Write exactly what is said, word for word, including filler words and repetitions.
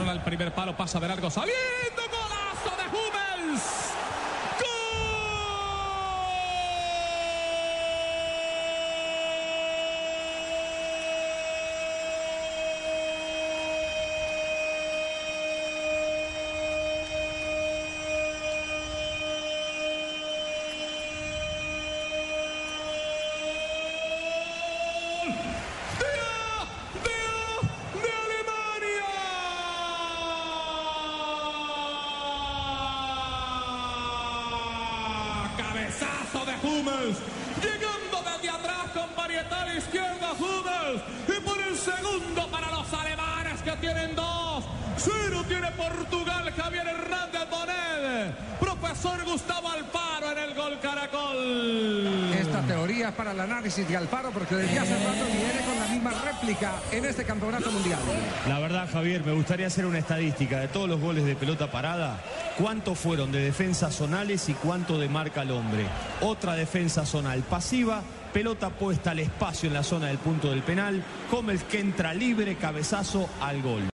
izquierda, el primer palo pasa de largo, saliendo, golazo de Hummels. Cabezazo de Hummels, llegando desde atrás con varietal izquierda Hummels, y por el segundo para los alemanes que tienen dos. Cero tiene Portugal, Javier Hernández Bonet, profesor Gustavo Alfaro en el gol Caracol. Esta teoría es para el análisis de Alfaro, porque desde hace rato viene con la misma réplica en este campeonato mundial. La verdad, Javier, me gustaría hacer una estadística de todos los goles de pelota parada. ¿Cuántos fueron de defensas zonales y cuánto de marca al hombre? Otra defensa zonal pasiva, pelota puesta al espacio en la zona del punto del penal, Hummels que entra libre, cabezazo al gol.